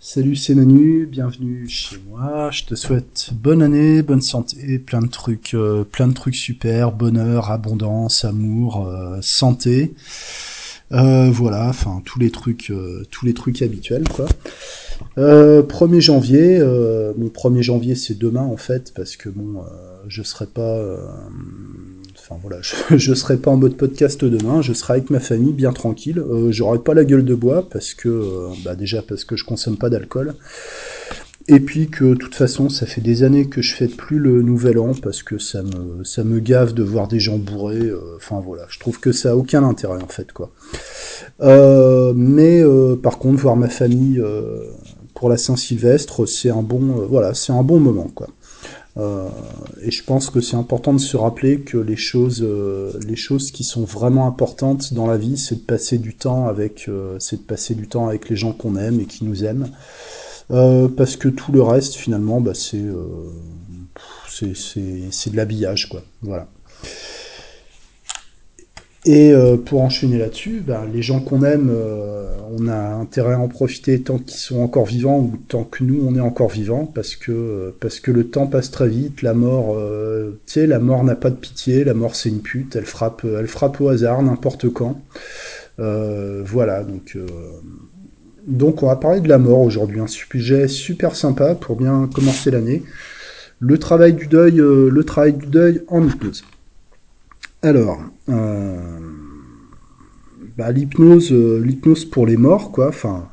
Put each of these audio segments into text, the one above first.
Salut, c'est Manu, bienvenue chez moi. Je te souhaite bonne année, bonne santé, plein de trucs super, bonheur, abondance, amour, santé. Voilà, enfin tous les trucs habituels quoi. 1er janvier, mon 1er janvier c'est demain en fait parce que bon, je serai pas, enfin voilà, je serai pas en mode podcast demain. Je serai avec ma famille bien tranquille. J'aurai pas la gueule de bois parce que, déjà parce que je consomme pas d'alcool. Et puis que de toute façon, ça fait des années que je fête plus le nouvel an parce que ça me gave de voir des gens bourrés. Enfin voilà, je trouve que ça a aucun intérêt en fait quoi. Mais par contre, voir ma famille pour la Saint-Sylvestre, c'est un bon, voilà, c'est un bon moment quoi. Euh, et je pense que c'est important de se rappeler que les choses qui sont vraiment importantes dans la vie, c'est de passer du temps avec les gens qu'on aime et qui nous aiment. Parce que tout le reste, finalement, c'est de l'habillage, quoi. Voilà. Et pour enchaîner là-dessus, les gens qu'on aime, on a intérêt à en profiter tant qu'ils sont encore vivants ou tant que nous on est encore vivants, parce que le temps passe très vite. La mort, tu sais, la mort n'a pas de pitié. La mort c'est une pute. Elle frappe au hasard n'importe quand. Voilà, donc on va parler de la mort aujourd'hui, un sujet super sympa pour bien commencer l'année. Le travail du deuil en hypnose. Alors, l'hypnose pour les morts, quoi. Enfin,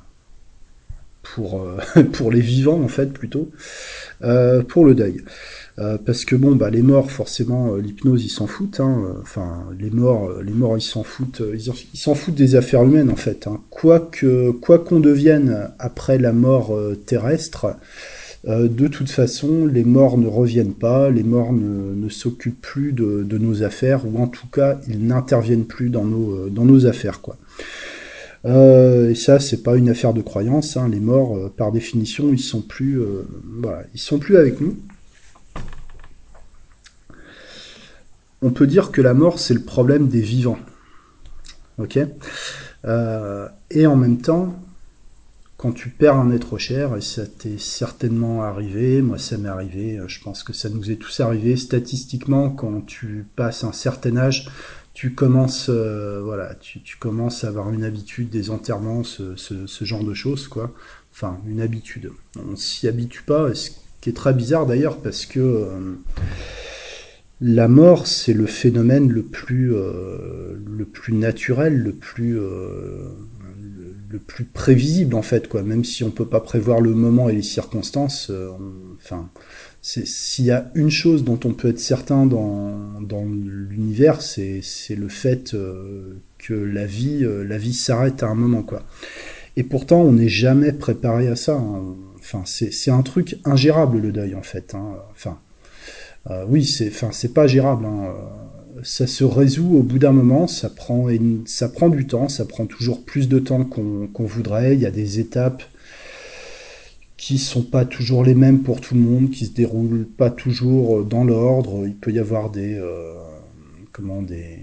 pour les vivants en fait plutôt. Pour le deuil. Parce que bon, les morts, forcément, l'hypnose, ils s'en foutent. Hein. Enfin, les morts, ils s'en foutent. Ils s'en foutent des affaires humaines, en fait. Hein. Quoi qu'on devienne après la mort terrestre, de toute façon, les morts ne reviennent pas. Les morts ne s'occupent plus de nos affaires, ou en tout cas, ils n'interviennent plus dans nos affaires, quoi. Et ça, c'est pas une affaire de croyance. Hein. Les morts, par définition, voilà, ils sont plus avec nous. On peut dire que la mort, c'est le problème des vivants. Ok. Et en même temps, quand tu perds un être cher, et ça t'est certainement arrivé, moi ça m'est arrivé, je pense que ça nous est tous arrivé, statistiquement, quand tu passes un certain âge, tu commences à avoir une habitude des enterrements, ce genre de choses, quoi. Enfin, une habitude. On s'y habitue pas, ce qui est très bizarre d'ailleurs, parce que la mort, c'est le phénomène le plus naturel, le plus prévisible en fait, quoi. Même si on peut pas prévoir le moment et les circonstances, enfin, s'il y a une chose dont on peut être certain dans l'univers, c'est le fait que la vie s'arrête à un moment, quoi. Et pourtant, on n'est jamais préparé à ça. Hein. Enfin, c'est un truc ingérable le deuil en fait. Hein. Enfin, oui, c'est pas gérable. Hein. Ça se résout au bout d'un moment. Ça prend du temps. Ça prend toujours plus de temps qu'on voudrait. Il y a des étapes qui sont pas toujours les mêmes pour tout le monde, qui se déroulent pas toujours dans l'ordre. Il peut y avoir comment des,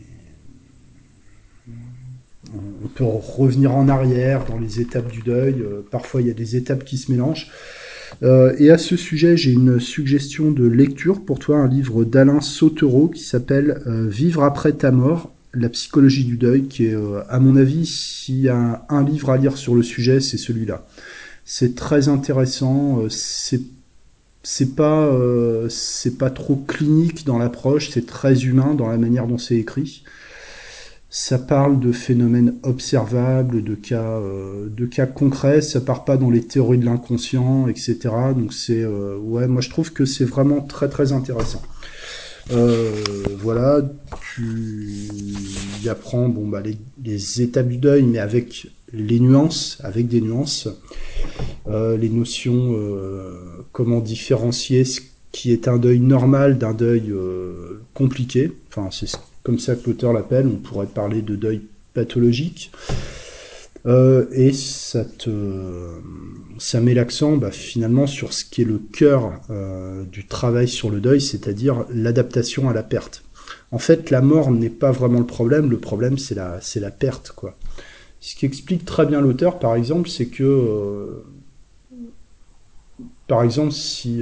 on peut revenir en arrière dans les étapes du deuil. Parfois, il y a des étapes qui se mélangent. Et à ce sujet, j'ai une suggestion de lecture pour toi, un livre d'Alain Sautereau qui s'appelle Vivre après ta mort, la psychologie du deuil, qui est, à mon avis, s'il y a un livre à lire sur le sujet, c'est celui-là. C'est très intéressant, c'est pas trop clinique dans l'approche, c'est très humain dans la manière dont c'est écrit. Ça parle de phénomènes observables, de cas concrets. Ça part pas dans les théories de l'inconscient, etc. Donc ouais, moi je trouve que c'est vraiment très très intéressant. Voilà, tu y apprends les étapes du deuil, mais avec les nuances, avec des nuances, les notions, comment différencier ce qui est un deuil normal d'un deuil compliqué. Enfin, c'est comme ça que l'auteur l'appelle. On pourrait parler de deuil pathologique. Et ça met l'accent finalement sur ce qui est le cœur du travail sur le deuil, c'est-à-dire l'adaptation à la perte. En fait, la mort n'est pas vraiment le problème c'est la perte, quoi. Ce qui explique très bien l'auteur, par exemple, c'est que par exemple, si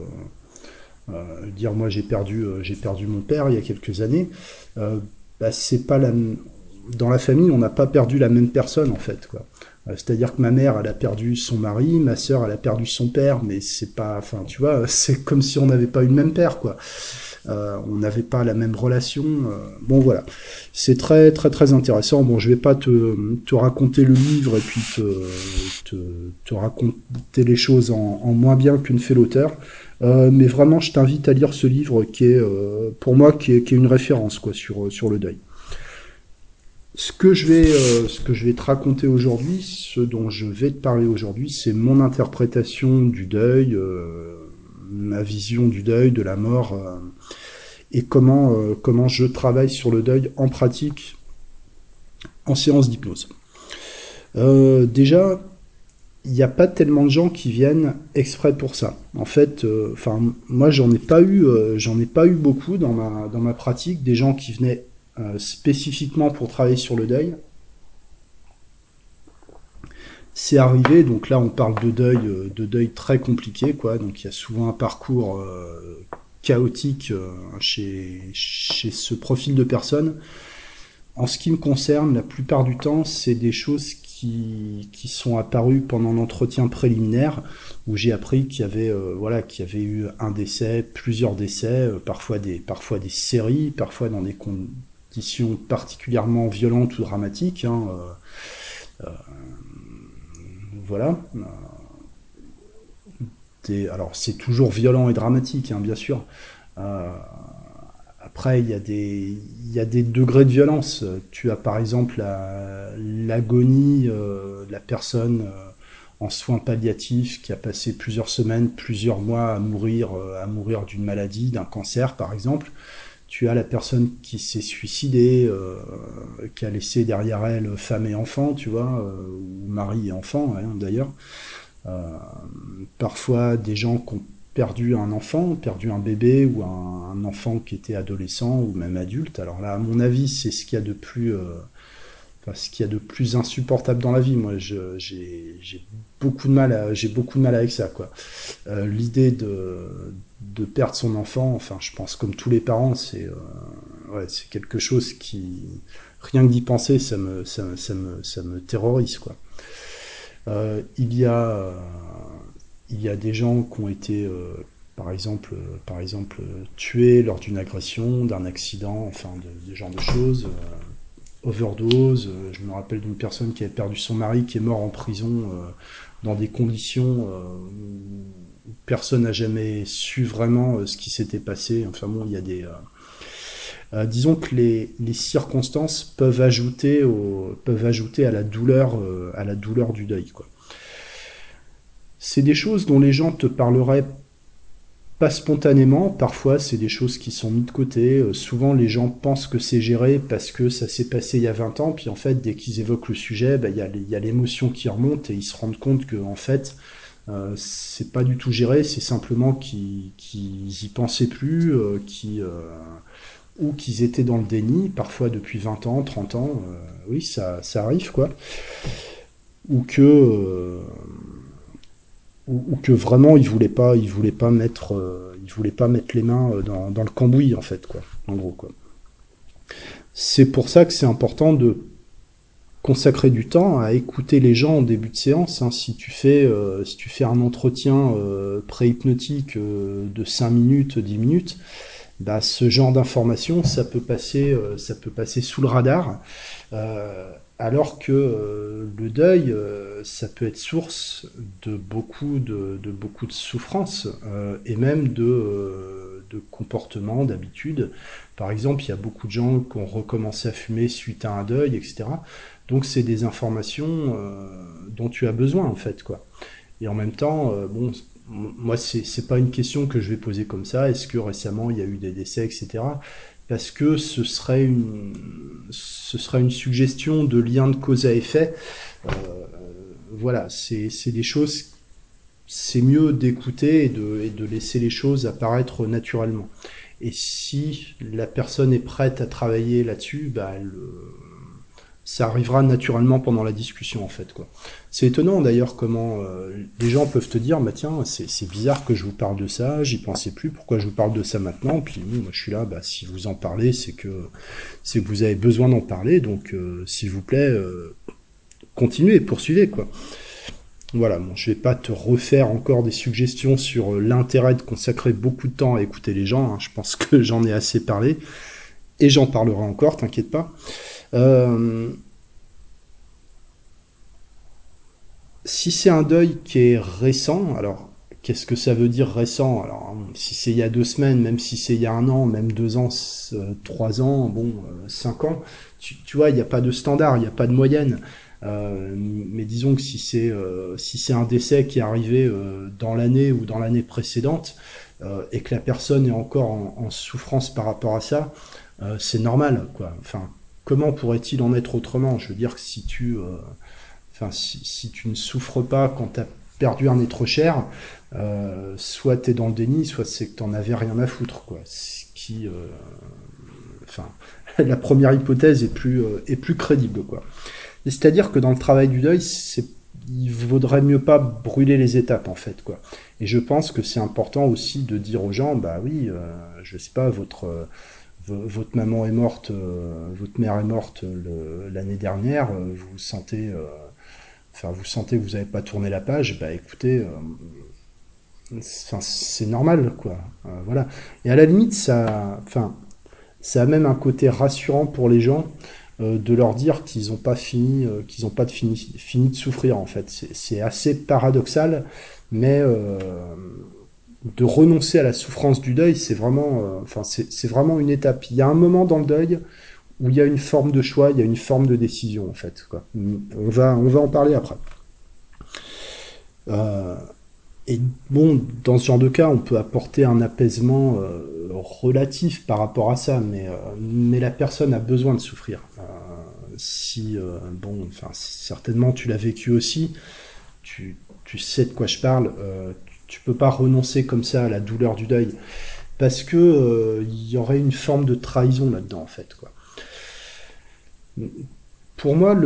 dire moi j'ai perdu mon père il y a quelques années, euh, bah, c'est pas la dans la famille on n'a pas perdu la même personne en fait quoi. C'est-à-dire que ma mère elle a perdu son mari, ma sœur elle a perdu son père, mais c'est pas, enfin tu vois, c'est comme si on n'avait pas eu le même père quoi. On n'avait pas la même relation. Bon voilà, c'est très très très intéressant. Bon, je vais pas te raconter le livre et puis te, te raconter les choses en moins bien que ne fait l'auteur. Mais vraiment, je t'invite à lire ce livre qui est, pour moi, qui est une référence quoi sur le deuil. Ce que je vais te raconter aujourd'hui, ce dont je vais te parler aujourd'hui, c'est mon interprétation du deuil, ma vision du deuil, de la mort, et comment je travaille sur le deuil en pratique en séance d'hypnose. Déjà, il n'y a pas tellement de gens qui viennent exprès pour ça. En fait, moi j'en ai pas eu beaucoup dans ma pratique des gens qui venaient spécifiquement pour travailler sur le deuil. C'est arrivé, donc là on parle de deuil très compliqué, quoi. Donc il y a souvent un parcours chaotique chez ce profil de personnes. En ce qui me concerne, la plupart du temps, c'est des choses qui sont apparues pendant l'entretien préliminaire, où j'ai appris qu'il y avait, voilà, qu'il y avait eu un décès, plusieurs décès, parfois des séries, parfois dans des conditions particulièrement violentes ou dramatiques. Hein, voilà. Alors c'est toujours violent et dramatique, hein, bien sûr. Euh, Après, il y a des degrés de violence. Tu as par exemple l'agonie de la personne en soins palliatifs qui a passé plusieurs semaines, plusieurs mois à mourir d'une maladie, d'un cancer par exemple. Tu as la personne qui s'est suicidée, qui a laissé derrière elle femme et enfant, tu vois, ou mari et enfant hein, d'ailleurs. Euh, Parfois des gens qui ont perdu un enfant, perdu un bébé ou un enfant qui était adolescent ou même adulte. Alors là, à mon avis, c'est ce qu'il y a de plus, ce qu'il y a de plus insupportable dans la vie. Moi, j'ai beaucoup de mal avec ça, quoi. L'idée de perdre son enfant, enfin, je pense comme tous les parents, ouais, c'est quelque chose qui, rien que d'y penser, ça me terrorise, quoi. Il y a des gens qui ont été, par exemple, tués lors d'une agression, d'un accident, enfin, de ce genre de choses. Overdose. Je me rappelle d'une personne qui avait perdu son mari, qui est mort en prison dans des conditions où personne n'a jamais su vraiment ce qui s'était passé. Enfin bon, il y a disons que les circonstances peuvent ajouter à la douleur du deuil, quoi. C'est des choses dont les gens te parleraient pas spontanément, parfois c'est des choses qui sont mises de côté. Souvent les gens pensent que c'est géré parce que ça s'est passé il y a 20 ans, puis en fait dès qu'ils évoquent le sujet, bah, il y a l'émotion qui remonte et ils se rendent compte que en fait c'est pas du tout géré, c'est simplement qu'ils y pensaient plus, ou qu'ils étaient dans le déni, parfois depuis 20 ans, 30 ans, oui ça arrive quoi, ou que ou que vraiment ils voulaient pas mettre les mains dans le cambouis en fait quoi, en gros quoi. C'est pour ça que c'est important de consacrer du temps à écouter les gens en début de séance. Hein. Si tu fais un entretien pré-hypnotique de 5 minutes, 10 minutes, bah, ce genre d'informations, ça peut passer sous le radar. Alors que le deuil, ça peut être source de beaucoup de souffrance et même de comportements, d'habitudes. Par exemple, il y a beaucoup de gens qui ont recommencé à fumer suite à un deuil, etc. Donc c'est des informations dont tu as besoin en fait, quoi. Et en même temps, bon, moi c'est pas une question que je vais poser comme ça. Est-ce que récemment il y a eu des décès, etc. Parce que ce serait une suggestion de lien de cause à effet. Euh, voilà, c'est des choses. C'est mieux d'écouter et de laisser les choses apparaître naturellement. Et si la personne est prête à travailler là-dessus, bah ça arrivera naturellement pendant la discussion en fait quoi. C'est étonnant d'ailleurs comment les gens peuvent te dire bah tiens c'est bizarre que je vous parle de ça, j'y pensais plus, pourquoi je vous parle de ça maintenant, puis oui, moi je suis là, bah si vous en parlez c'est que vous avez besoin d'en parler, donc s'il vous plaît continuez, poursuivez quoi. Voilà, bon, je vais pas te refaire encore des suggestions sur l'intérêt de consacrer beaucoup de temps à écouter les gens, hein. Je pense que j'en ai assez parlé et j'en parlerai encore, t'inquiète pas. Euh, Si c'est un deuil qui est récent, alors qu'est-ce que ça veut dire récent? Alors si c'est il y a 2 semaines, même si c'est il y a un an, même 2 ans, 3 ans, bon, 5 ans, tu vois, il n'y a pas de standard, il n'y a pas de moyenne. Mais disons que si c'est un décès qui est arrivé dans l'année ou dans l'année précédente et que la personne est encore en souffrance par rapport à ça, c'est normal, quoi. Enfin, comment pourrait-il en être autrement? Je veux dire que si tu ne souffres pas quand tu as perdu un être cher, soit tu es dans le déni, soit c'est que tu n'en avais rien à foutre. Quoi. Enfin, la première hypothèse est plus crédible. Quoi. C'est-à-dire que dans le travail du deuil, il vaudrait mieux pas brûler les étapes en fait. Quoi. Et je pense que c'est important aussi de dire aux gens, bah oui, je sais pas, votre maman est morte, votre mère est morte l'année dernière, vous sentez que vous n'avez pas tourné la page, bah écoutez, c'est normal, quoi. Voilà. Et à la limite, ça a même un côté rassurant pour les gens de leur dire qu'ils n'ont pas fini de souffrir, en fait. C'est assez paradoxal, mais de renoncer à la souffrance du deuil, c'est vraiment une étape. Il y a un moment dans le deuil où il y a une forme de choix, il y a une forme de décision, en fait. Quoi. On va en parler après. Euh, Et bon, dans ce genre de cas, on peut apporter un apaisement relatif par rapport à ça, mais la personne a besoin de souffrir. Certainement tu l'as vécu aussi, tu sais de quoi je parle. Tu peux pas renoncer comme ça à la douleur du deuil, parce que il y aurait une forme de trahison là-dedans en fait. Quoi. Pour moi,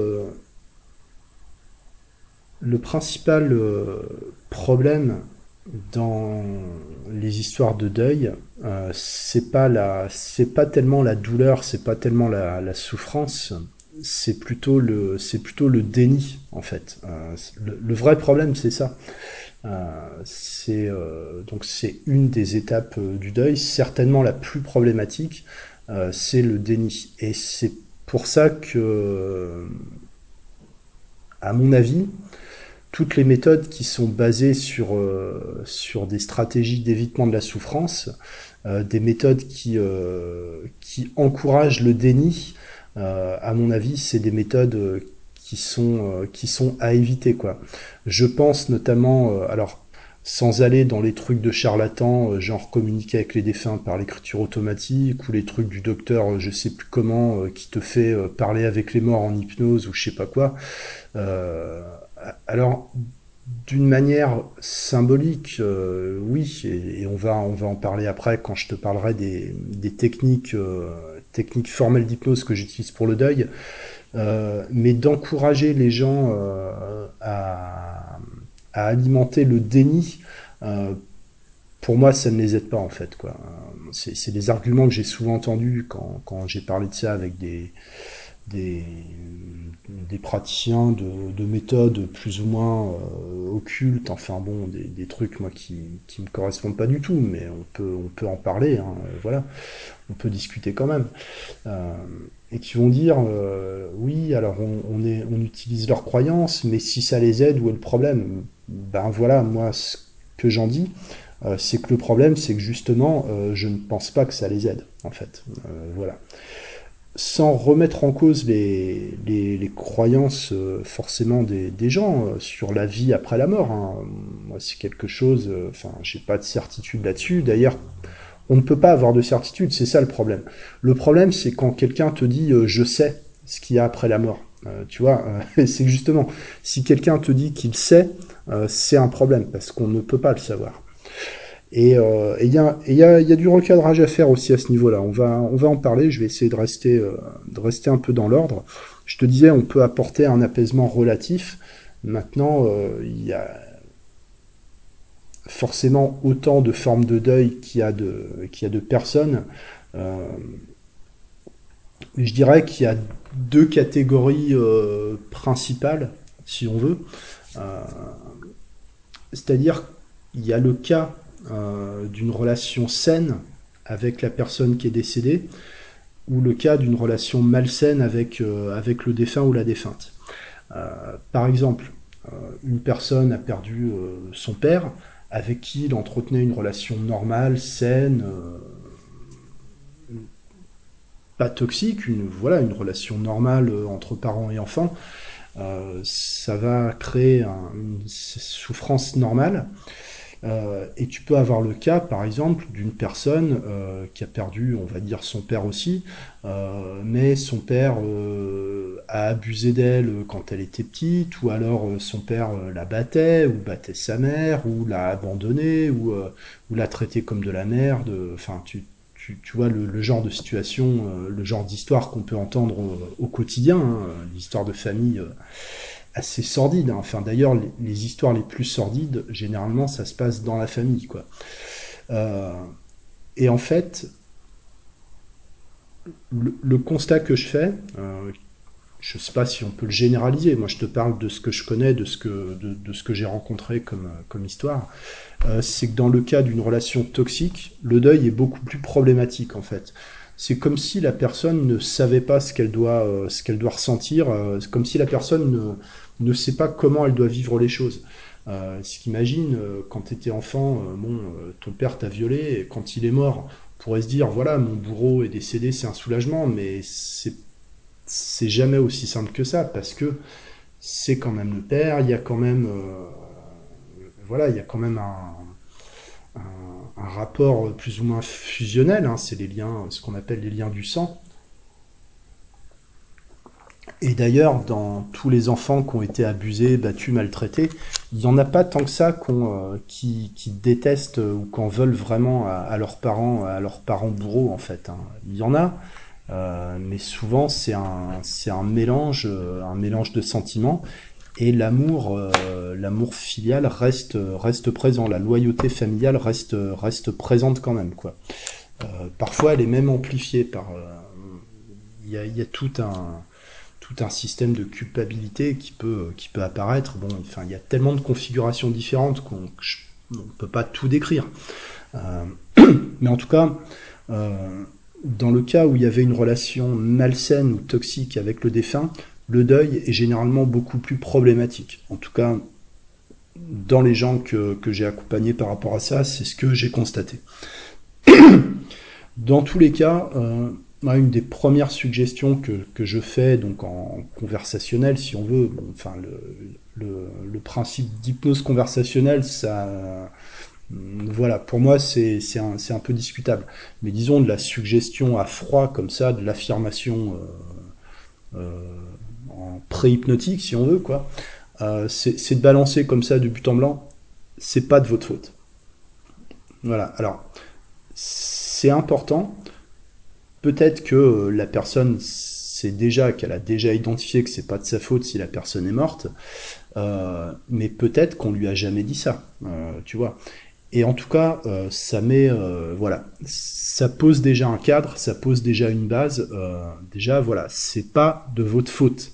le principal problème dans les histoires de deuil, c'est pas tellement la douleur, c'est pas tellement la souffrance, c'est plutôt le déni en fait. Le vrai problème, c'est ça. Donc c'est une des étapes du deuil, certainement la plus problématique, c'est le déni. Et c'est pour ça que, à mon avis, toutes les méthodes qui sont basées sur des stratégies d'évitement de la souffrance, des méthodes qui encouragent le déni, à mon avis, c'est des méthodes qui sont à éviter. Quoi. Je pense notamment, alors sans aller dans les trucs de charlatans, genre communiquer avec les défunts par l'écriture automatique, ou les trucs du docteur, je sais plus comment, qui te fait parler avec les morts en hypnose ou je sais pas quoi. Euh, alors, d'une manière symbolique, oui, et on va en parler après quand je te parlerai des techniques formelles d'hypnose que j'utilise pour le deuil, mais d'encourager les gens à alimenter le déni, euh, pour moi, ça ne les aide pas en fait. Quoi. C'est des arguments que j'ai souvent entendus quand j'ai parlé de ça avec des, des praticiens de méthodes plus ou moins occultes, enfin bon, des trucs moi qui me correspondent pas du tout, mais on peut en parler, hein, voilà, on peut discuter quand même. Euh, et qui vont dire, oui, alors on utilise leurs croyances, mais si ça les aide, où est le problème? Ben voilà, moi ce que j'en dis, c'est que le problème, c'est que justement, je ne pense pas que ça les aide, en fait. Voilà, sans remettre en cause les croyances forcément des gens sur la vie après la mort. Hein. Moi, c'est quelque chose, enfin, j'ai pas de certitude là-dessus. D'ailleurs, on ne peut pas avoir de certitude, c'est ça le problème. Le problème, c'est quand quelqu'un te dit je sais ce qu'il y a après la mort. Tu vois, c'est justement, si quelqu'un te dit qu'il sait, c'est un problème, parce qu'on ne peut pas le savoir. Et il y a du recadrage à faire aussi à ce niveau-là. On va en parler. Je vais essayer de rester un peu dans l'ordre. Je te disais, on peut apporter un apaisement relatif. Maintenant, il y a forcément autant de formes de deuil qu'il y a de personnes. Euh, je dirais qu'il y a deux catégories principales, si on veut. Euh, C'est-à-dire qu'il y a le cas d'une relation saine avec la personne qui est décédée, ou le cas d'une relation malsaine avec le défunt ou la défunte. Par exemple, une personne a perdu son père, avec qui il entretenait une relation normale, saine, pas toxique, voilà, une relation normale entre parents et enfants. Ça va créer une souffrance normale. Et tu peux avoir le cas, par exemple, d'une personne qui a perdu, on va dire, son père aussi, mais son père a abusé d'elle quand elle était petite, ou alors son père la battait, ou battait sa mère, ou l'a abandonnée, ou l'a traitée comme de la merde. Enfin, tu vois le genre de situation, le genre d'histoire qu'on peut entendre au quotidien, hein, l'histoire de famille assez sordide, hein. Enfin, d'ailleurs, les histoires les plus sordides, généralement, ça se passe dans la famille, quoi. Euh, et en fait, le constat que je fais, je sais pas si on peut le généraliser. Moi, je te parle de ce que je connais, de ce que j'ai rencontré comme histoire. C'est que dans le cas d'une relation toxique, le deuil est beaucoup plus problématique, en fait. C'est comme si la personne ne savait pas ce qu'elle doit ressentir. C'est comme si la personne ne sait pas comment elle doit vivre les choses. Ce qu'imagine, quand tu étais enfant, ton père t'a violé, et quand il est mort, on pourrait se dire, voilà, mon bourreau est décédé, c'est un soulagement, mais c'est jamais aussi simple que ça, parce que c'est quand même le père, il y a quand même, voilà, il y a quand même un rapport plus ou moins fusionnel, hein, c'est les liens, ce qu'on appelle les liens du sang. Et d'ailleurs, dans tous les enfants qui ont été abusés, battus, maltraités, il n'y en a pas tant que ça qui détestent ou qui en veulent vraiment à leurs parents bourreaux, en fait, hein. Il y en a, mais souvent c'est un mélange de sentiments. Et l'amour filial reste présent. La loyauté familiale reste présente quand même, quoi. Parfois, elle est même amplifiée par. Il y a tout un système de culpabilité qui peut apparaître. Bon, enfin, il y a tellement de configurations différentes qu'on ne peut pas tout décrire. Euh, mais en tout cas, euh, dans le cas où il y avait une relation malsaine ou toxique avec le défunt, le deuil est généralement beaucoup plus problématique. En tout cas, dans les gens que j'ai accompagnés par rapport à ça, c'est ce que j'ai constaté. Dans tous les cas, une des premières suggestions que je fais, donc en conversationnel, si on veut, bon, enfin le principe d'hypnose conversationnelle, ça, voilà, pour moi c'est un peu discutable. Mais disons de la suggestion à froid comme ça, de l'affirmation en pré-hypnotique, si on veut, quoi. C'est de balancer comme ça de but en blanc. C'est pas de votre faute. Voilà. Alors c'est important. Peut-être que la personne sait déjà qu'elle a déjà identifié que c'est pas de sa faute si la personne est morte, mais peut-être qu'on lui a jamais dit ça, tu vois. Et en tout cas, ça met, voilà, ça pose déjà un cadre, ça pose déjà une base. Déjà, voilà, c'est pas de votre faute.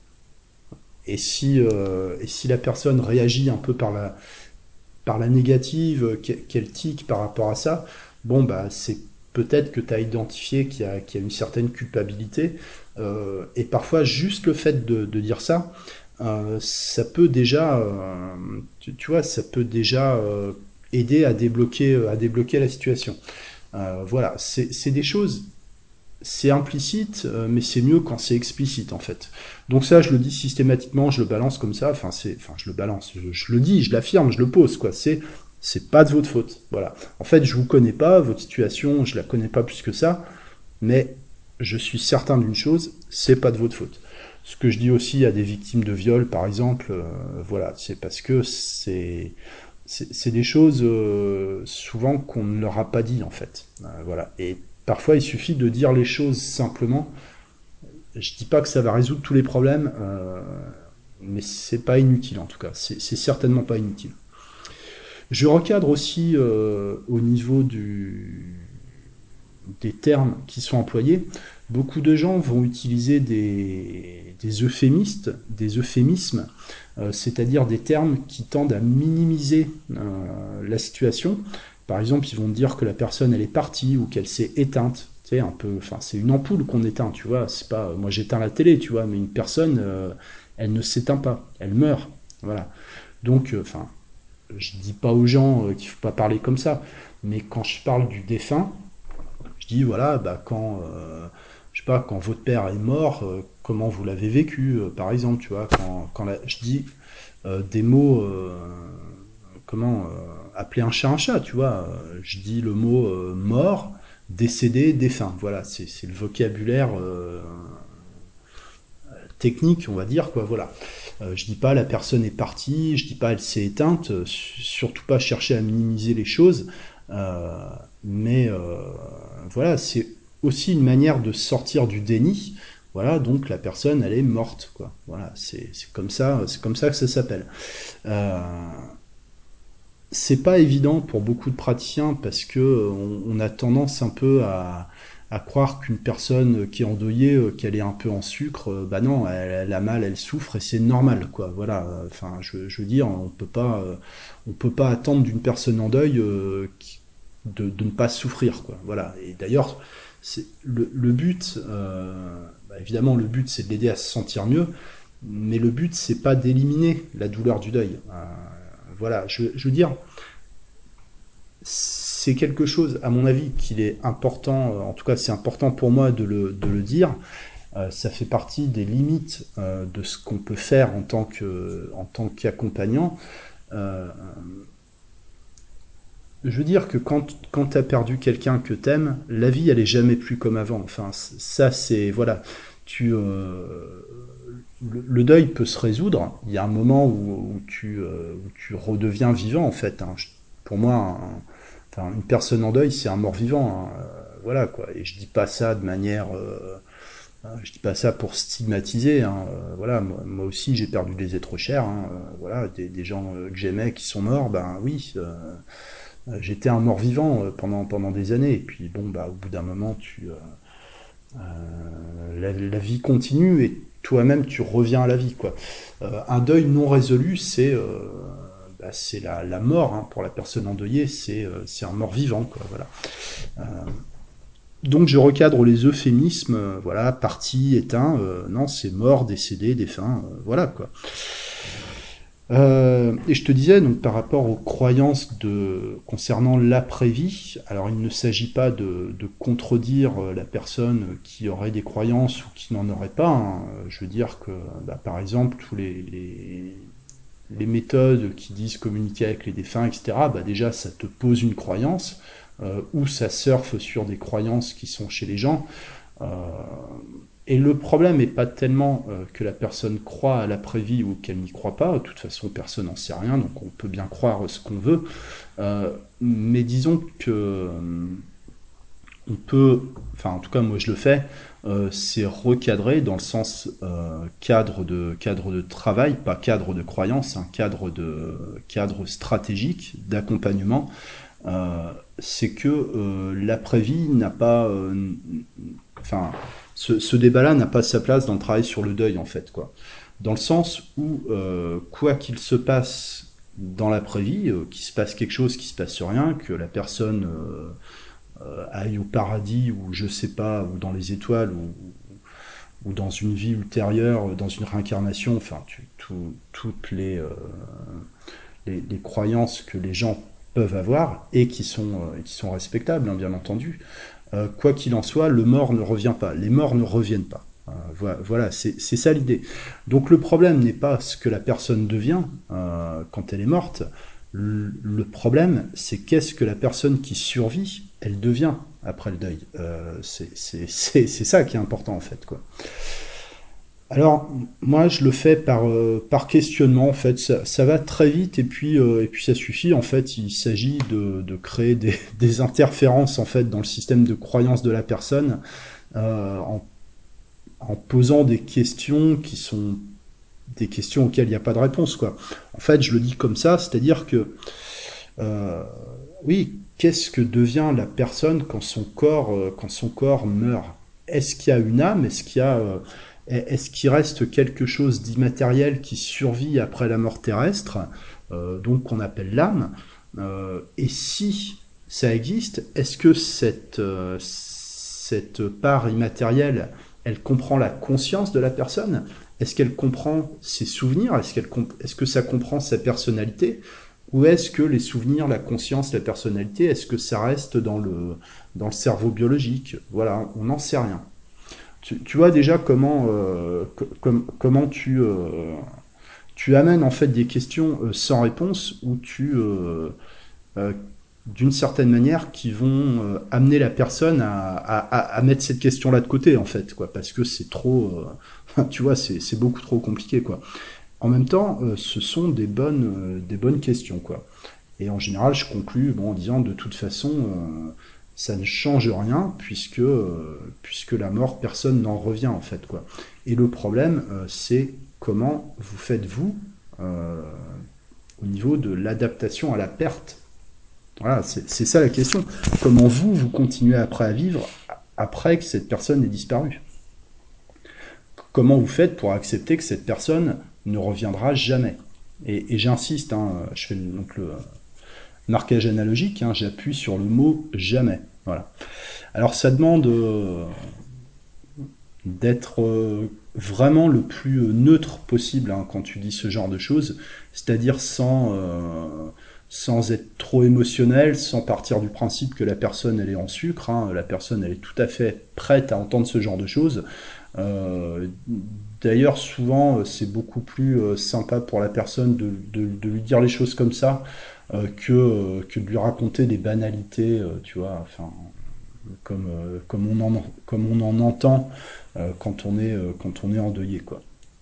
Et si la personne réagit un peu par la négative, qu'elle tique par rapport à ça, bon, bah, c'est peut-être que tu as identifié qu'il y a une certaine culpabilité. Et parfois, juste le fait de dire ça, ça peut déjà, tu vois, ça peut déjà aider à débloquer la situation. Voilà, c'est des choses, c'est implicite, mais c'est mieux quand c'est explicite en fait. Donc ça, je le dis systématiquement, je le balance comme ça. Enfin, je le balance, je le dis, je l'affirme, je le pose quoi. C'est pas de votre faute. Voilà. En fait, je vous connais pas, votre situation, je la connais pas plus que ça, mais je suis certain d'une chose, c'est pas de votre faute. Ce que je dis aussi à des victimes de viol, par exemple, voilà, c'est parce que c'est des choses souvent qu'on ne leur a pas dit en fait. Voilà. Et parfois, il suffit de dire les choses simplement. je dis pas que ça va résoudre tous les problèmes, mais c'est pas inutile en tout cas. C'est certainement pas inutile. Je recadre aussi au niveau des termes qui sont employés. Beaucoup de gens vont utiliser des euphémismes, c'est-à-dire des termes qui tendent à minimiser la situation. Par exemple, ils vont dire que la personne elle est partie ou qu'elle s'est éteinte. Tu sais, un peu, enfin, c'est une ampoule qu'on éteint, tu vois. C'est pas, moi j'éteins la télé, tu vois, mais une personne, elle ne s'éteint pas, elle meurt. Voilà. Donc, enfin, je dis pas aux gens qu'il faut pas parler comme ça, mais quand je parle du défunt, je dis voilà, bah, je sais pas, quand votre père est mort, comment vous l'avez vécu, par exemple, tu vois, je dis des mots, comment appeler un chat, tu vois, je dis le mot mort, décédé, défunt, voilà, c'est le vocabulaire technique, on va dire, quoi, voilà. Je dis pas la personne est partie, je dis pas elle s'est éteinte, surtout pas chercher à minimiser les choses, euh, mais voilà, c'est aussi une manière de sortir du déni. Voilà, donc la personne elle est morte, quoi. Voilà, c'est comme ça que ça s'appelle. Euh, c'est pas évident pour beaucoup de praticiens parce que on a tendance un peu à croire qu'une personne qui est endeuillée, qu'elle est un peu en sucre, bah non, elle a mal, elle souffre et c'est normal, quoi. Voilà. Enfin, je veux dire, on peut pas attendre d'une personne en deuil de ne pas souffrir, quoi. Voilà. Et d'ailleurs, c'est le but. Bah, évidemment, le but c'est de l'aider à se sentir mieux, mais le but c'est pas d'éliminer la douleur du deuil. Voilà, je veux dire, c'est quelque chose, à mon avis, qu'il est important, en tout cas c'est important pour moi de le dire, ça fait partie des limites de ce qu'on peut faire en tant qu'accompagnant. Euh, je veux dire que quand tu as perdu quelqu'un que t'aimes, la vie elle est jamais plus comme avant. Enfin, ça c'est, voilà, le deuil peut se résoudre. Il y a un moment où tu redeviens vivant en fait. Hein. Pour moi, enfin, une personne en deuil, c'est un mort-vivant. Hein. Voilà quoi. Et je dis pas ça de manière, je dis pas ça pour stigmatiser. Hein. Voilà, moi aussi j'ai perdu des êtres chers. Hein. Voilà, des gens que j'aimais qui sont morts. Ben oui, j'étais un mort-vivant pendant des années. Et puis bon, bah au bout d'un moment, la vie continue et toi-même tu reviens à la vie quoi. Un deuil non résolu c'est la mort hein, pour la personne endeuillée, c'est un mort vivant quoi. Voilà. Donc je recadre les euphémismes, voilà, parti, éteint, non c'est mort, décédé, défunt, voilà quoi. Et je te disais, donc par rapport aux croyances concernant l'après-vie, alors il ne s'agit pas de contredire la personne qui aurait des croyances ou qui n'en aurait pas. Hein. Je veux dire que, bah, par exemple, les méthodes qui disent communiquer avec les défunts, etc., bah, déjà ça te pose une croyance, ou ça surfe sur des croyances qui sont chez les gens. Euh, et le problème n'est pas tellement que la personne croit à l'après-vie ou qu'elle n'y croit pas. De toute façon, personne n'en sait rien, donc on peut bien croire ce qu'on veut. Mais disons que on peut, enfin en tout cas moi je le fais, c'est recadrer dans le sens cadre de travail, pas cadre de croyance, un cadre stratégique d'accompagnement. C'est que l'après-vie n'a pas, enfin, ce débat-là n'a pas sa place dans le travail sur le deuil, en fait, quoi. Dans le sens où, quoi qu'il se passe dans l'après-vie, qu'il se passe quelque chose, qu'il se passe rien, que la personne aille au paradis ou je sais pas, ou dans les étoiles, ou dans une vie ultérieure, dans une réincarnation, enfin, toutes les croyances que les gens peuvent avoir et qui sont respectables, hein, bien entendu. Quoi qu'il en soit, le mort ne revient pas. Les morts ne reviennent pas. Voilà, c'est ça l'idée. Donc le problème n'est pas ce que la personne devient quand elle est morte. Le problème, c'est qu'est-ce que la personne qui survit, elle devient après le deuil. C'est ça qui est important en fait, quoi. Alors, moi, je le fais par questionnement, en fait. Ça va très vite et puis ça suffit. En fait, il s'agit de créer des interférences, en fait, dans le système de croyance de la personne, en en posant des questions qui sont des questions auxquelles il n'y a pas de réponse, quoi. En fait, je le dis comme ça, c'est-à-dire que, euh, oui, qu'est-ce que devient la personne quand son corps meurt? Est-ce qu'il y a une âme? Est-ce qu'il reste quelque chose d'immatériel qui survit après la mort terrestre, donc qu'on appelle l'âme? Et si ça existe, est-ce que cette part immatérielle, elle comprend la conscience de la personne? Est-ce qu'elle comprend ses souvenirs? Est-ce que ça comprend sa personnalité? Ou est-ce que les souvenirs, la conscience, la personnalité, est-ce que ça reste dans le cerveau biologique? Voilà, on n'en sait rien. Tu vois déjà comment tu amènes en fait des questions sans réponse ou euh, d'une certaine manière, qui vont amener la personne à mettre cette question-là de côté, en fait, quoi, parce que c'est trop, tu vois, c'est beaucoup trop compliqué, quoi. En même temps, ce sont des bonnes questions, quoi. Et en général, je conclus bon, en disant de toute façon, ça ne change rien puisque la mort, personne n'en revient en fait, quoi. Et le problème, c'est comment vous faites vous euh, au niveau de l'adaptation à la perte. Voilà, c'est ça la question. Comment vous continuez après à vivre après que cette personne ait disparu? Comment vous faites pour accepter que cette personne ne reviendra jamais? Et j'insiste, hein, je fais donc le marquage analogique, hein, j'appuie sur le mot jamais. Voilà. Alors ça demande d'être vraiment le plus neutre possible, hein, quand tu dis ce genre de choses, c'est-à-dire sans être trop émotionnel, sans partir du principe que la personne elle est en sucre, hein, la personne elle est tout à fait prête à entendre ce genre de choses. Euh, D'ailleurs, souvent, c'est beaucoup plus sympa pour la personne de lui dire les choses comme ça, que de lui raconter des banalités, tu vois, enfin, comme on en entend quand on est endeuillé, quoi.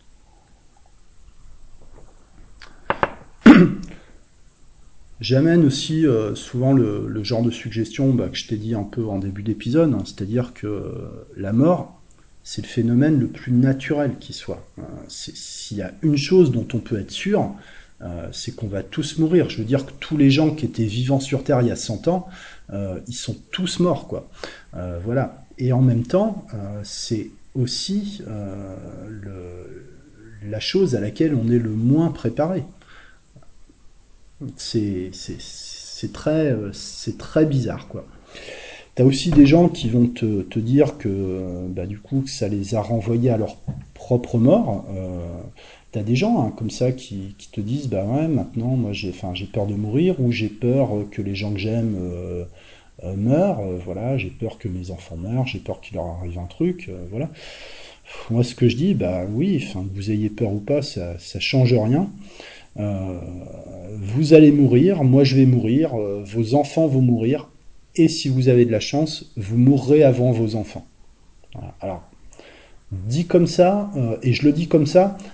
J'amène aussi souvent le genre de suggestion, bah, que je t'ai dit un peu en début d'épisode, hein, c'est-à-dire que la mort, c'est le phénomène le plus naturel qui soit. S'il y a une chose dont on peut être sûr, c'est qu'on va tous mourir. Je veux dire que tous les gens qui étaient vivants sur Terre il y a 100 ans, ils sont tous morts, quoi. Voilà. Et en même temps, c'est aussi la chose à laquelle on est le moins préparé. C'est très bizarre, quoi. T'as aussi des gens qui vont te dire que bah, du coup que ça les a renvoyés à leur propre mort. T'as des gens, hein, comme ça qui te disent bah ouais, maintenant moi j'ai peur de mourir, ou j'ai peur que les gens que j'aime meurent, voilà, j'ai peur que mes enfants meurent, j'ai peur qu'il leur arrive un truc, voilà. Moi ce que je dis, bah oui, enfin que vous ayez peur ou pas, ça change rien. Euh, Vous allez mourir, moi je vais mourir, vos enfants vont mourir, et si vous avez de la chance, vous mourrez avant vos enfants. Voilà. Alors, dit comme ça, et je le dis comme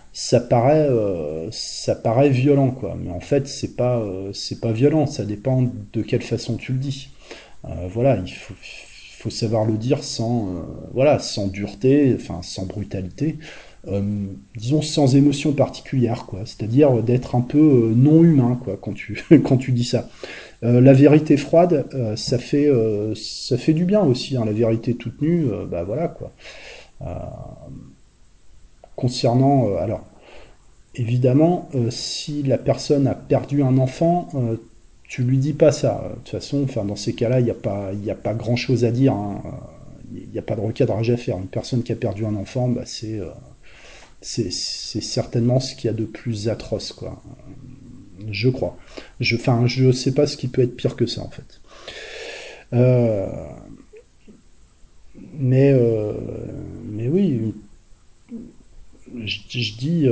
ça paraît violent, quoi. Mais en fait, c'est pas violent. Ça dépend de quelle façon tu le dis. Voilà, faut savoir le dire voilà, sans dureté, enfin, sans brutalité. Disons sans émotion particulière, quoi. C'est-à-dire d'être un peu non humain, quoi, quand quand tu dis ça. La vérité froide, ça fait du bien aussi, hein. La vérité toute nue, bah voilà, quoi. Euh, Concernant, alors, évidemment, si la personne a perdu un enfant, tu lui dis pas ça. De toute façon, enfin, dans ces cas-là, il y a pas grand-chose à dire, hein. Il n'y a pas de recadrage à faire. Une personne qui a perdu un enfant, bah, c'est certainement ce qu'il y a de plus atroce, quoi. Je crois. Enfin, je sais pas ce qui peut être pire que ça, en fait. Euh, mais, euh, mais oui, je dis,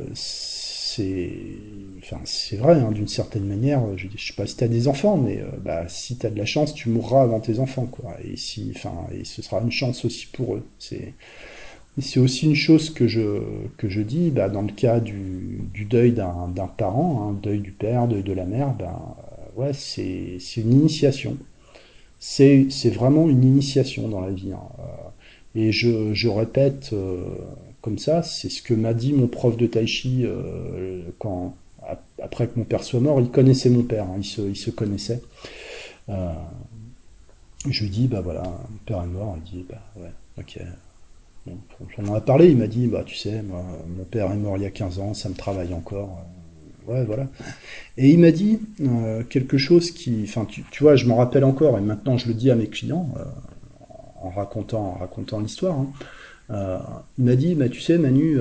c'est vrai, hein, d'une certaine manière. Je sais pas si t'as des enfants, mais bah, si t'as de la chance, tu mourras avant tes enfants, quoi. Et ce sera une chance aussi pour eux. C'est aussi une chose que je dis, bah, dans le cas du deuil d'un parent, hein, deuil du père, deuil de la mère, bah, ouais, c'est une initiation. C'est vraiment une initiation dans la vie, hein. Et je répète comme ça, c'est ce que m'a dit mon prof de tai chi après que mon père soit mort. Il connaissait mon père, hein, il se connaissait. Euh, je lui dis, bah voilà, mon père est mort. Il dit, bah ouais, ok. Bon, on en a parlé, il m'a dit, bah tu sais, moi, mon père est mort il y a 15 ans, ça me travaille encore. Ouais, voilà. Et il m'a dit quelque chose qui, enfin, tu vois, je m'en rappelle encore, et maintenant je le dis à mes clients en racontant l'histoire. Hein. Euh, il m'a dit, bah, tu sais, Manu,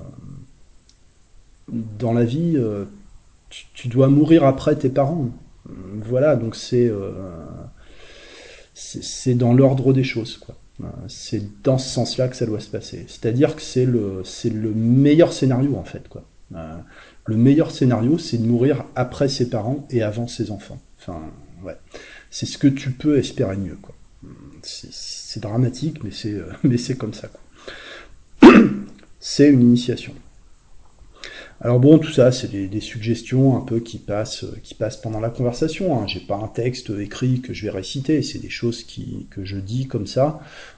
dans la vie, tu dois mourir après tes parents. Voilà, donc c'est dans l'ordre des choses, quoi. C'est dans ce sens-là que ça doit se passer. C'est-à-dire que c'est le meilleur scénario, en fait, quoi. Euh, le meilleur scénario, c'est de mourir après ses parents et avant ses enfants. Enfin, ouais. C'est ce que tu peux espérer mieux, quoi. C'est dramatique, mais c'est comme ça, quoi. C'est une initiation. Alors bon, tout ça, c'est des suggestions un peu qui passent pendant la conversation. Hein. J'ai pas un texte écrit que je vais réciter, c'est des choses que je dis comme ça.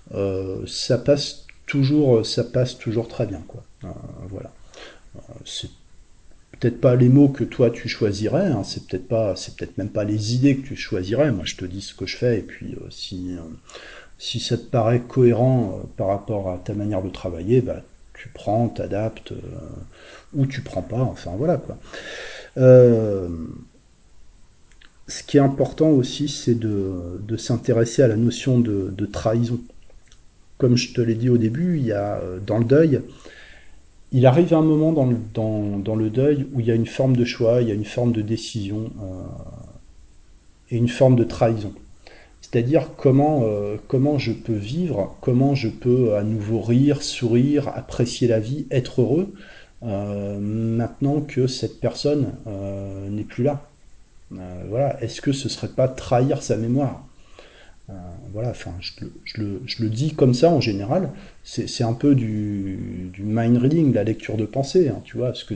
Ça passe toujours très bien, quoi. Voilà. C'est peut-être pas les mots que toi tu choisirais, hein. C'est peut-être même pas les idées que tu choisirais. Moi, je te dis ce que je fais, et puis si ça te paraît cohérent par rapport à ta manière de travailler, bah tu prends, t'adaptes, ou tu prends pas. Enfin voilà, quoi. Euh, Ce qui est important aussi, c'est de s'intéresser à la notion de trahison. Comme je te l'ai dit au début, il y a dans le deuil, il arrive un moment dans le deuil où il y a une forme de choix, il y a une forme de décision et une forme de trahison. C'est-à-dire comment je peux vivre, comment je peux à nouveau rire, sourire, apprécier la vie, être heureux, maintenant que cette personne n'est plus là. Voilà, est-ce que ce serait pas trahir sa mémoire? Voilà, enfin, je le dis comme ça en général. C'est un peu du mind reading, la lecture de pensée, hein, tu vois, parce que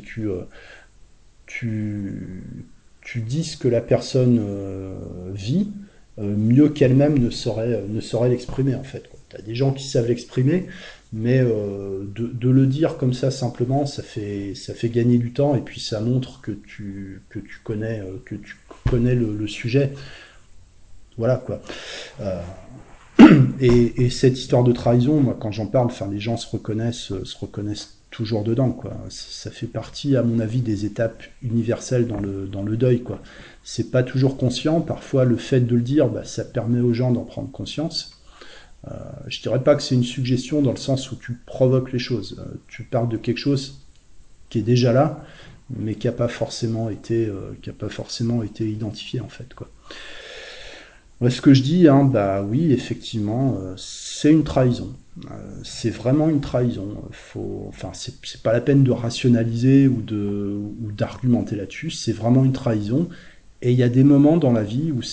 tu, tu dis ce que la personne vit mieux qu'elle-même ne saurait l'exprimer, en fait. Tu as des gens qui savent l'exprimer, mais de le dire comme ça simplement, ça fait gagner du temps, et puis ça montre que tu connais le sujet. Voilà, quoi. Euh, et cette histoire de trahison, moi, quand j'en parle, enfin, les gens se reconnaissent toujours dedans, quoi. Ça fait partie, à mon avis, des étapes universelles dans le deuil, quoi. C'est pas toujours conscient. Parfois, le fait de le dire, bah, ça permet aux gens d'en prendre conscience. Je dirais pas que c'est une suggestion dans le sens où tu provoques les choses. Tu parles de quelque chose qui est déjà là, mais qui a pas forcément été identifié, en fait, quoi. Ouais, ce que je dis, hein, bah oui, effectivement, c'est une trahison. C'est vraiment une trahison. Enfin, c'est pas la peine de rationaliser ou d'argumenter là-dessus. C'est vraiment une trahison. Et il y a des moments dans la vie où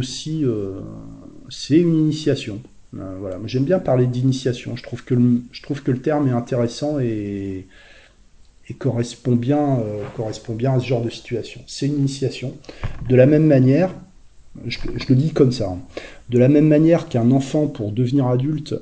c'est une initiation. Voilà. Moi, j'aime bien parler d'initiation. Je trouve que le terme est intéressant et correspond bien à ce genre de situation. C'est une initiation. De la même manière, je le dis comme ça. Hein. De la même manière qu'un enfant, pour devenir adulte,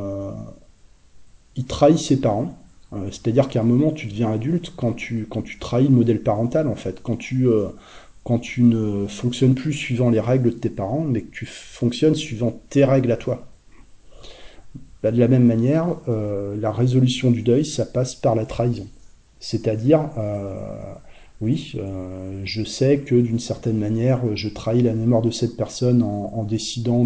il trahit ses parents. C'est-à-dire qu'à un moment, tu deviens adulte quand tu trahis le modèle parental, en fait. Quand tu ne fonctionnes plus suivant les règles de tes parents, mais que tu fonctionnes suivant tes règles à toi. Bah, de la même manière, la résolution du deuil, ça passe par la trahison. C'est-à-dire, oui, je sais que d'une certaine manière, je trahis la mémoire de cette personne en décidant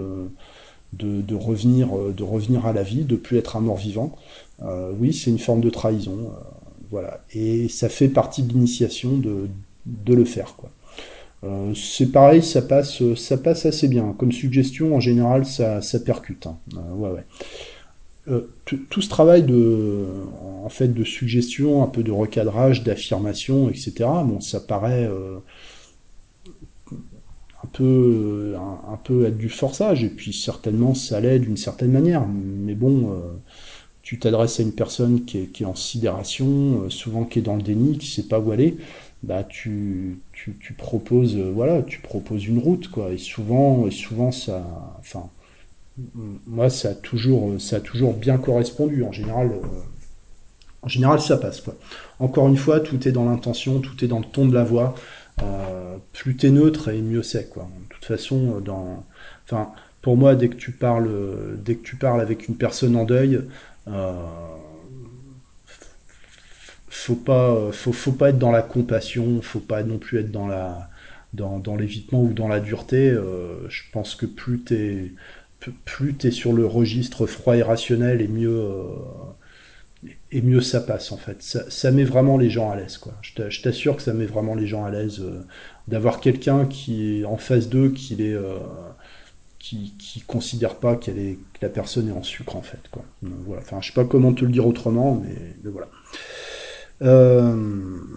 de revenir à la vie, de plus être un mort-vivant. Oui, c'est une forme de trahison. Voilà. Et ça fait partie de l'initiation de le faire, quoi. C'est pareil, ça passe assez bien. Comme suggestion, en général, ça percute. Hein. Ouais, ouais. Tout ce travail en fait, de suggestion, un peu de recadrage, d'affirmation, etc. Bon, ça paraît un peu être du forçage, et puis certainement ça l'est d'une certaine manière. Mais bon, tu t'adresses à une personne qui est en sidération, souvent qui est dans le déni, qui sait pas où aller. Bah, tu proposes, voilà, tu proposes une route, quoi. Et souvent ça, enfin, Moi, ça a toujours bien correspondu. En général, ça passe, quoi. Encore une fois, tout est dans l'intention, tout est dans le ton de la voix. Plus t'es neutre et mieux c'est, quoi. De toute façon, enfin, pour moi, dès que tu parles avec une personne en deuil, euh, faut pas être dans la compassion, faut pas non plus être dans l'évitement ou dans la dureté. Je pense que plus t'es sur le registre froid et rationnel et mieux ça passe en fait. Ça met vraiment les gens à l'aise, quoi. Je t'assure que ça met vraiment les gens à l'aise d'avoir quelqu'un qui est en face d'eux, qui considère pas que la personne est en sucre en fait, quoi. Donc, voilà. Enfin, je sais pas comment te le dire autrement, mais voilà. Euh,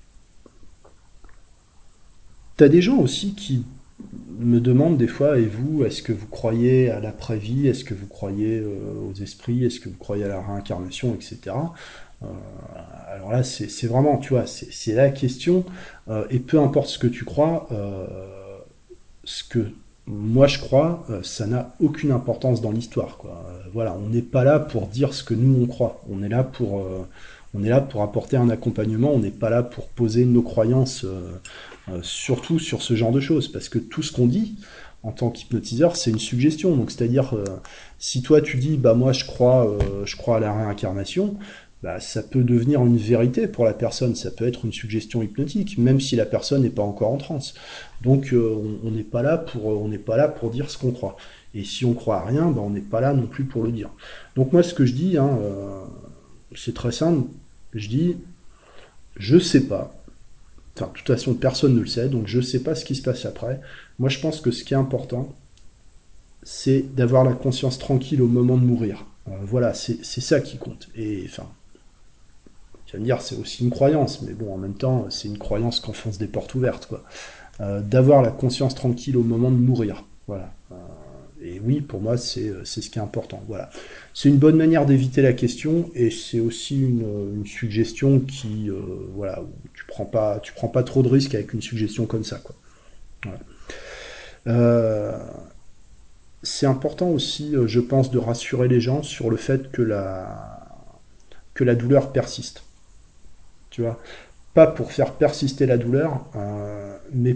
T'as des gens aussi qui me demandent des fois, et vous, est-ce que vous croyez à l'après-vie, est-ce que vous croyez aux esprits, est-ce que vous croyez à la réincarnation, etc. Euh, alors là, c'est vraiment, tu vois, c'est la question. Et peu importe ce que tu crois, ce que moi je crois, ça n'a aucune importance dans l'histoire, quoi. Voilà, on n'est pas là pour dire ce que nous on croit. On est là pour apporter un accompagnement. On n'est pas là pour poser nos croyances, surtout sur ce genre de choses, parce que tout ce qu'on dit en tant qu'hypnotiseur, c'est une suggestion. Donc, c'est-à-dire, si toi tu dis, bah moi je crois à la réincarnation, bah, ça peut devenir une vérité pour la personne, ça peut être une suggestion hypnotique, même si la personne n'est pas encore en transe. Donc on n'est pas là on n'est pas là pour dire ce qu'on croit. Et si on croit à rien, bah, on n'est pas là non plus pour le dire. Donc moi ce que je dis, hein, c'est très simple. Je dis, je sais pas. Enfin, de toute façon, personne ne le sait, donc je sais pas ce qui se passe après. Moi, je pense que ce qui est important, c'est d'avoir la conscience tranquille au moment de mourir. Voilà, c'est ça qui compte. Et enfin, tu vas me dire, c'est aussi une croyance, mais bon, en même temps, c'est une croyance qu'enfonce des portes ouvertes, quoi. D'avoir la conscience tranquille au moment de mourir. Voilà. Et oui, pour moi, c'est ce qui est important. Voilà. C'est une bonne manière d'éviter la question et c'est aussi une suggestion qui, voilà, où tu prends pas trop de risques avec une suggestion comme ça, quoi. Voilà. Euh, c'est important aussi, je pense, de rassurer les gens sur le fait que la douleur persiste. Tu vois, pas pour faire persister la douleur, mais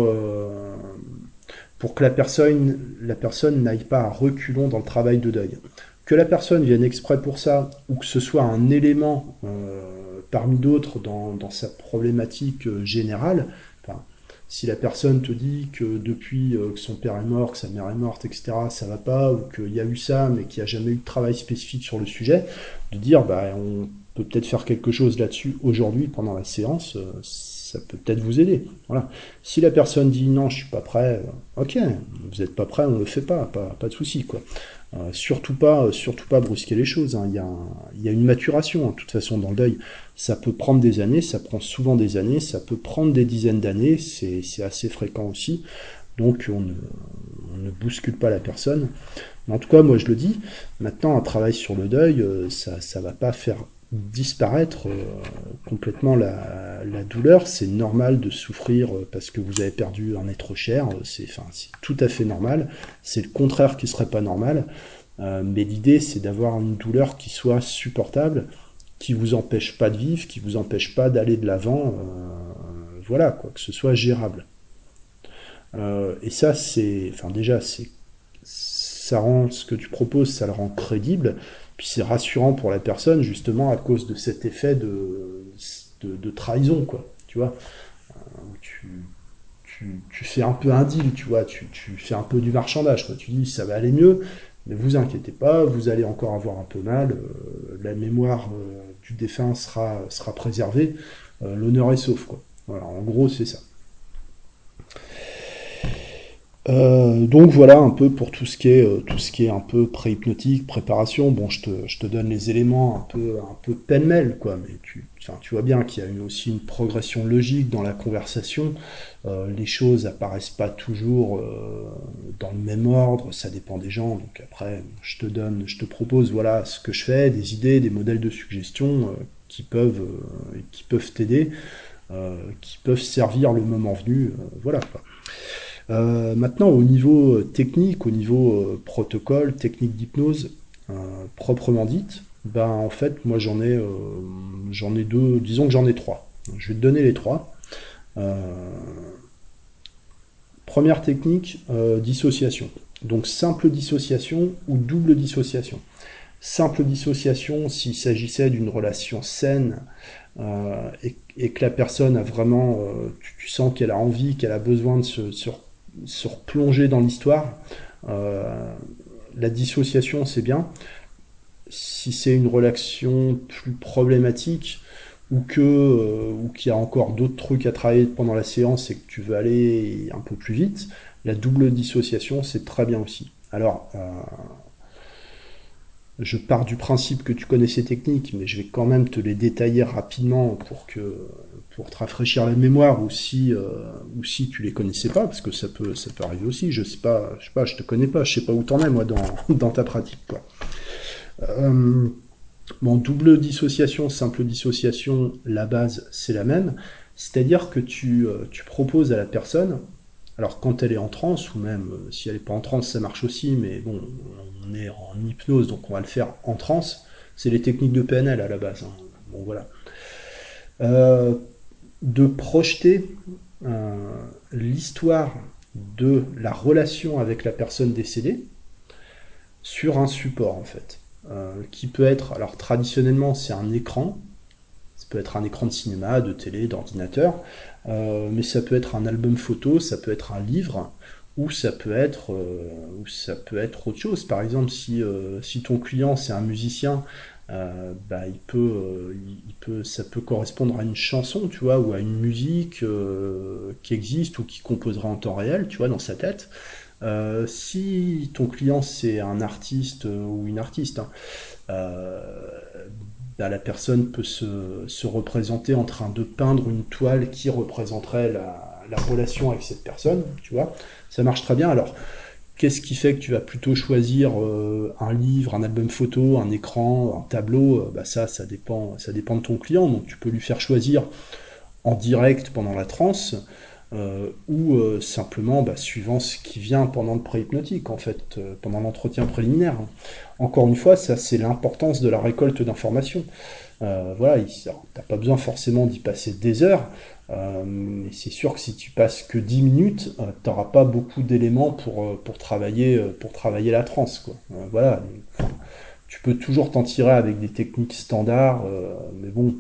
pour que la personne n'aille pas à reculons dans le travail de deuil. Que la personne vienne exprès pour ça, ou que ce soit un élément parmi d'autres dans sa problématique générale, enfin, si la personne te dit que depuis que son père est mort, que sa mère est morte, etc., ça va pas, ou qu'il y a eu ça, mais qu'il n'y a jamais eu de travail spécifique sur le sujet, de dire, bah, on peut peut-être faire quelque chose là-dessus aujourd'hui pendant la séance, ça peut peut-être vous aider. Voilà. Si la personne dit non, je suis pas prêt, ok, vous n'êtes pas prêt, on le fait pas de souci, quoi. Surtout pas brusquer les choses, hein. Il y a une maturation, hein. De toute façon, dans le deuil, ça peut prendre des années, ça prend souvent des années, ça peut prendre des dizaines d'années, c'est assez fréquent aussi. Donc on ne bouscule pas la personne. Mais en tout cas, moi je le dis, maintenant un travail sur le deuil, ça va pas faire disparaître complètement la douleur. C'est normal de souffrir parce que vous avez perdu un être cher. C'est tout à fait normal. C'est le contraire qui serait pas normal. Mais l'idée, c'est d'avoir une douleur qui soit supportable, qui vous empêche pas de vivre, qui vous empêche pas d'aller de l'avant. Voilà, quoi, que ce soit gérable. Et ça, enfin déjà, ça rend ce que tu proposes, ça le rend crédible. Puis c'est rassurant pour la personne, justement, à cause de cet effet de trahison, quoi. Tu vois, tu, tu fais un peu un deal, tu vois, tu fais un peu du marchandage, quoi. Tu dis, ça va aller mieux, mais vous inquiétez pas, vous allez encore avoir un peu mal, la mémoire du défunt sera préservée, l'honneur est sauf, quoi. Voilà, en gros, c'est ça. Donc voilà un peu pour tout ce qui est un peu pré-hypnotique, préparation. Bon, je te donne les éléments un peu pêle-mêle, quoi. Mais enfin, tu vois bien qu'il y a aussi une progression logique dans la conversation. Les choses apparaissent pas toujours dans le même ordre. Ça dépend des gens. Donc après, je te propose, voilà, ce que je fais, des idées, des modèles de suggestion qui peuvent t'aider, qui peuvent servir le moment venu. Voilà, quoi. Maintenant, au niveau technique, au niveau protocole, technique d'hypnose proprement dite, ben en fait, moi j'en ai deux, disons que j'en ai trois. Je vais te donner les trois. Euh, Première technique, dissociation. Donc simple dissociation ou double dissociation. Simple dissociation s'il s'agissait d'une relation saine et que la personne a vraiment, tu sens qu'elle a envie, qu'elle a besoin de se replonger dans l'histoire. Euh, la dissociation, c'est bien. Si c'est une relation plus problématique ou qu'il y a encore d'autres trucs à travailler pendant la séance et que tu veux aller un peu plus vite, la double dissociation, c'est très bien aussi. Alors, je pars du principe que tu connais ces techniques, mais je vais quand même te les détailler rapidement pour te rafraîchir la mémoire ou si tu les connaissais pas, parce que ça peut arriver aussi. Je sais pas, je te connais pas, je sais pas où t'en es moi dans ta pratique quoi. Euh, bon, double dissociation, simple dissociation, la base c'est la même, c'est-à-dire que tu proposes à la personne. Alors quand elle est en transe, ou même si elle n'est pas en transe, ça marche aussi, mais bon, on est en hypnose, donc on va le faire en transe. C'est les techniques de PNL à la base. Hein. Bon voilà. Euh, de projeter euh, l'histoire de la relation avec la personne décédée sur un support en fait. Qui peut être, alors traditionnellement c'est un écran, ça peut être un écran de cinéma, de télé, d'ordinateur, mais ça peut être un album photo, ça peut être un livre, ou ça peut être autre chose. Par exemple, si ton client c'est un musicien, bah, ça peut correspondre à une chanson, tu vois, ou à une musique qui existe ou qui composera en temps réel, tu vois, dans sa tête. Si ton client c'est un artiste ou une artiste, hein, euh, bah, la personne peut se représenter en train de peindre une toile qui représenterait la relation avec cette personne, tu vois. Ça marche très bien. Alors, qu'est-ce qui fait que tu vas plutôt choisir un livre, un album photo, un écran, un tableau bah ça dépend de ton client. Donc, tu peux lui faire choisir en direct pendant la transe ou simplement bah, suivant ce qui vient pendant le pré-hypnotique, en fait, pendant l'entretien préliminaire. Encore une fois, ça c'est l'importance de la récolte d'informations. Voilà, t'as pas besoin forcément d'y passer des heures, mais c'est sûr que si tu passes que 10 minutes, t'auras pas beaucoup d'éléments pour travailler la transe, quoi. Voilà, tu peux toujours t'en tirer avec des techniques standards, mais bon,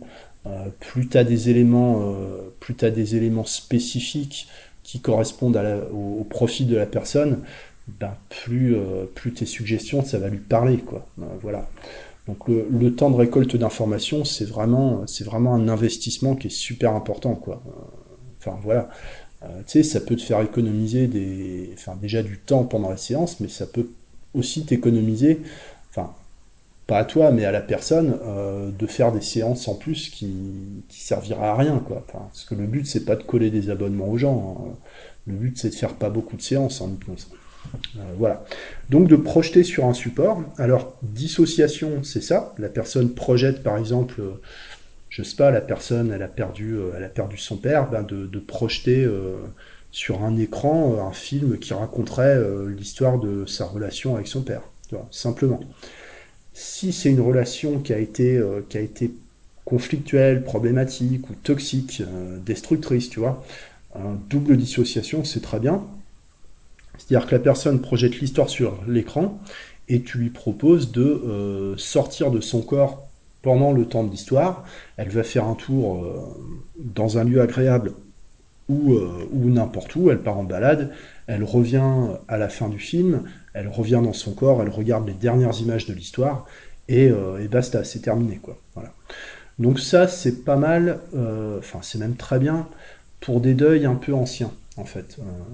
plus t'as des éléments spécifiques qui correspondent au profil de la personne, ben plus tes suggestions, ça va lui parler, quoi. Voilà. Donc le temps de récolte d'informations, c'est vraiment un investissement qui est super important, quoi. Enfin voilà, tu sais, ça peut te faire économiser enfin déjà du temps pendant la séance, mais ça peut aussi t'économiser, enfin pas à toi, mais à la personne, de faire des séances en plus qui servira à rien, quoi. Enfin, parce que le but c'est pas de coller des abonnements aux gens. Hein. Le but c'est de faire pas beaucoup de séances en hypnose. Voilà. Donc de projeter sur un support. Alors, dissociation, c'est ça. La personne projette, par exemple, je sais pas, la personne, elle a perdu son père, ben de projeter sur un écran un film qui raconterait l'histoire de sa relation avec son père. Tu vois, simplement. Si c'est une relation qui a été conflictuelle, problématique ou toxique, destructrice, tu vois, un double dissociation, c'est très bien. C'est-à-dire que la personne projette l'histoire sur l'écran et tu lui proposes de sortir de son corps pendant le temps de l'histoire. Elle va faire un tour dans un lieu agréable ou n'importe où, elle part en balade, elle revient à la fin du film, elle revient dans son corps, elle regarde les dernières images de l'histoire et basta, c'est terminé quoi. Voilà. Donc ça c'est pas mal, enfin c'est même très bien pour des deuils un peu anciens en fait.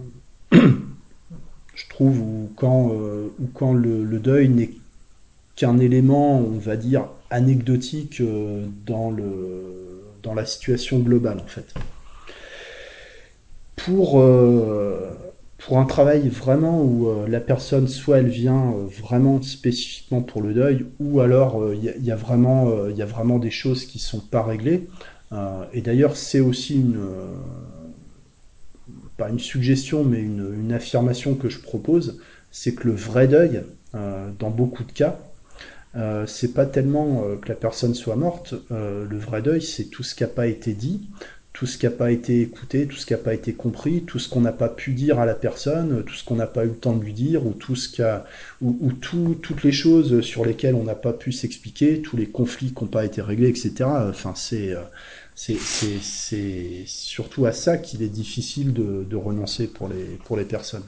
Je trouve, ou quand le deuil n'est qu'un élément, on va dire, anecdotique dans la situation globale, en fait. Pour, euh, pour un travail vraiment où la personne, soit elle vient vraiment spécifiquement pour le deuil, ou alors il y a vraiment des choses qui sont pas réglées. Et d'ailleurs, c'est aussi pas une suggestion, mais une affirmation que je propose, c'est que le vrai deuil, dans beaucoup de cas, c'est pas tellement que la personne soit morte. Le vrai deuil, c'est tout ce qui n'a pas été dit, tout ce qui n'a pas été écouté, tout ce qui n'a pas été compris, tout ce qu'on n'a pas pu dire à la personne, tout ce qu'on n'a pas eu le temps de lui dire, ou tout ce toutes les choses sur lesquelles on n'a pas pu s'expliquer, tous les conflits qui n'ont pas été réglés, etc. Enfin, c'est surtout à ça qu'il est difficile de renoncer pour les personnes.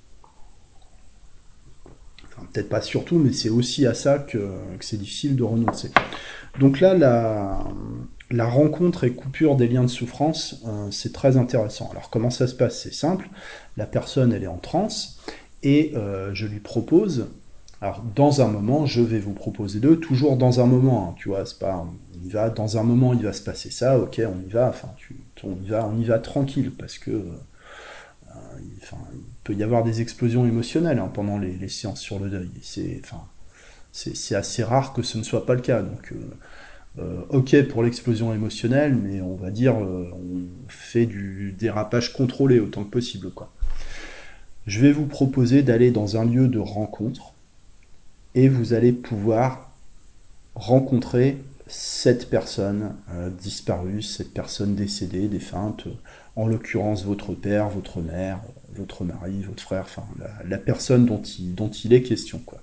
Enfin, peut-être pas surtout, mais c'est aussi à ça que c'est difficile de renoncer. Donc là, la rencontre et coupure des liens de souffrance, c'est très intéressant. Alors comment ça se passe? C'est simple. La personne, elle est en transe et je lui propose. Alors dans un moment, je vais vous proposer d'eux, toujours dans un moment. Hein, tu vois, c'est pas, on y va dans un moment, il va se passer ça. Ok, on y va. Enfin, on y va tranquille parce que, enfin, il peut y avoir des explosions émotionnelles hein, pendant les séances sur le deuil. C'est assez rare que ce ne soit pas le cas. Donc ok pour l'explosion émotionnelle, mais on va dire on fait du dérapage contrôlé autant que possible, quoi. Je vais vous proposer d'aller dans un lieu de rencontre et vous allez pouvoir rencontrer cette personne disparue, cette personne décédée, défunte, en l'occurrence votre père, votre mère, votre mari, votre frère, enfin la personne dont il est question, quoi.